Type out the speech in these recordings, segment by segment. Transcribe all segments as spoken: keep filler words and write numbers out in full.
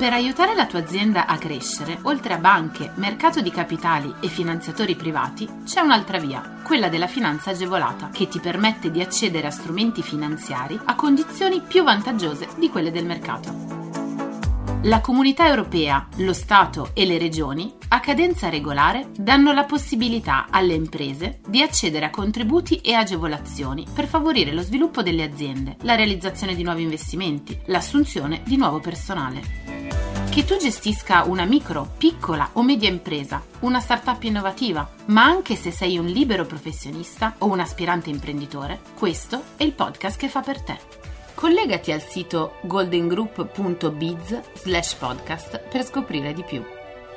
Per aiutare la tua azienda a crescere, oltre a banche, mercato di capitali e finanziatori privati, c'è un'altra via, quella della finanza agevolata, che ti permette di accedere a strumenti finanziari a condizioni più vantaggiose di quelle del mercato. La Comunità Europea, lo Stato e le Regioni, a cadenza regolare, danno la possibilità alle imprese di accedere a contributi e agevolazioni per favorire lo sviluppo delle aziende, la realizzazione di nuovi investimenti, l'assunzione di nuovo personale. Che tu gestisca una micro, piccola o media impresa, una startup innovativa, ma anche se sei un libero professionista o un aspirante imprenditore, questo è il podcast che fa per te. Collegati al sito goldengroup punto biz slash podcast per scoprire di più.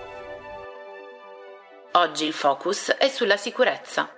Oggi il focus è sulla sicurezza.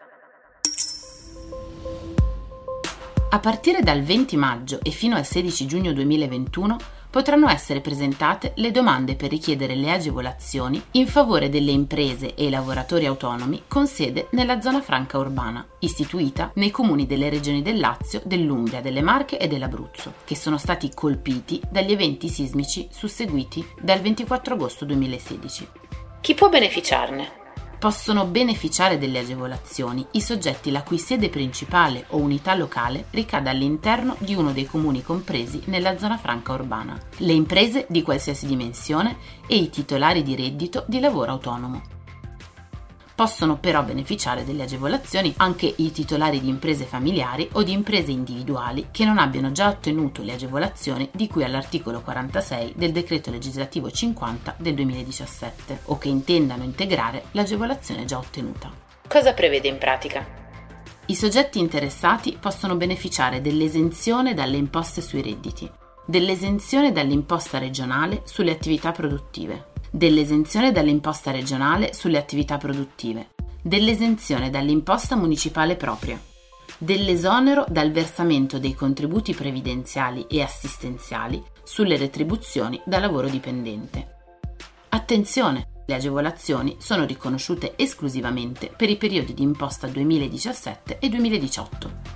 A partire dal venti maggio e fino al sedici giugno duemilaventuno potranno essere presentate le domande per richiedere le agevolazioni in favore delle imprese e i lavoratori autonomi con sede nella zona franca urbana, istituita nei comuni delle regioni del Lazio, dell'Umbria, delle Marche e dell'Abruzzo, che sono stati colpiti dagli eventi sismici susseguiti dal ventiquattro agosto duemilasedici. Chi può beneficiarne? Possono beneficiare delle agevolazioni i soggetti la cui sede principale o unità locale ricada all'interno di uno dei comuni compresi nella zona franca urbana, le imprese di qualsiasi dimensione e i titolari di reddito di lavoro autonomo. Possono però beneficiare delle agevolazioni anche i titolari di imprese familiari o di imprese individuali che non abbiano già ottenuto le agevolazioni di cui all'articolo quarantasei del decreto legislativo cinquanta del duemiladiciassette o che intendano integrare l'agevolazione già ottenuta. Cosa prevede in pratica? I soggetti interessati possono beneficiare dell'esenzione dalle imposte sui redditi, dell'esenzione dall'imposta regionale sulle attività produttive, dell'esenzione dall'imposta regionale sulle attività produttive, dell'esenzione dall'imposta municipale propria, dell'esonero dal versamento dei contributi previdenziali e assistenziali sulle retribuzioni da lavoro dipendente. Attenzione! Le agevolazioni sono riconosciute esclusivamente per i periodi di imposta duemiladiciassette e duemiladiciotto.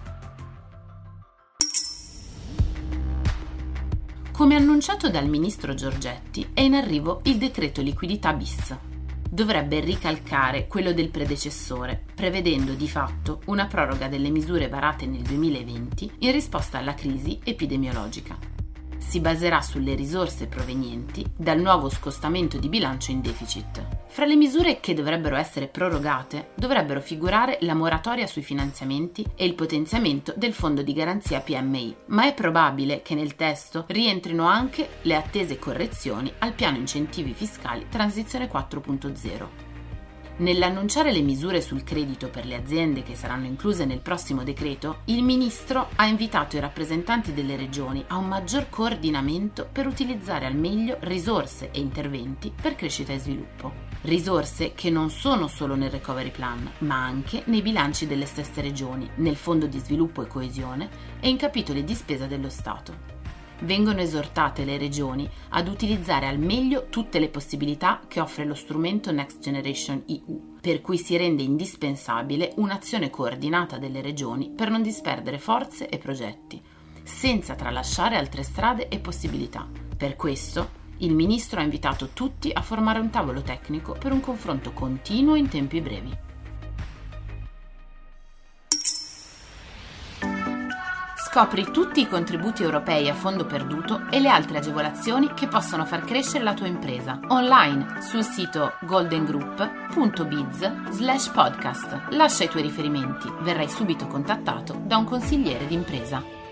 Come annunciato dal ministro Giorgetti, è in arrivo il decreto liquidità bis. Dovrebbe ricalcare quello del predecessore, prevedendo di fatto una proroga delle misure varate nel duemilaventi in risposta alla crisi epidemiologica. Si baserà sulle risorse provenienti dal nuovo scostamento di bilancio in deficit. Fra le misure che dovrebbero essere prorogate dovrebbero figurare la moratoria sui finanziamenti e il potenziamento del fondo di garanzia P M I, ma è probabile che nel testo rientrino anche le attese correzioni al piano incentivi fiscali Transizione quattro punto zero. Nell'annunciare le misure sul credito per le aziende che saranno incluse nel prossimo decreto, il ministro ha invitato i rappresentanti delle regioni a un maggior coordinamento per utilizzare al meglio risorse e interventi per crescita e sviluppo. Risorse che non sono solo nel recovery plan, ma anche nei bilanci delle stesse regioni, nel fondo di sviluppo e coesione e in capitoli di spesa dello Stato. Vengono esortate le regioni ad utilizzare al meglio tutte le possibilità che offre lo strumento Next Generation E U, per cui si rende indispensabile un'azione coordinata delle regioni per non disperdere forze e progetti, senza tralasciare altre strade e possibilità. Per questo, il ministro ha invitato tutti a formare un tavolo tecnico per un confronto continuo in tempi brevi. Scopri tutti i contributi europei a fondo perduto e le altre agevolazioni che possono far crescere la tua impresa online sul sito goldengroup punto biz slash podcast. Lascia i tuoi riferimenti, verrai subito contattato da un consigliere d'impresa.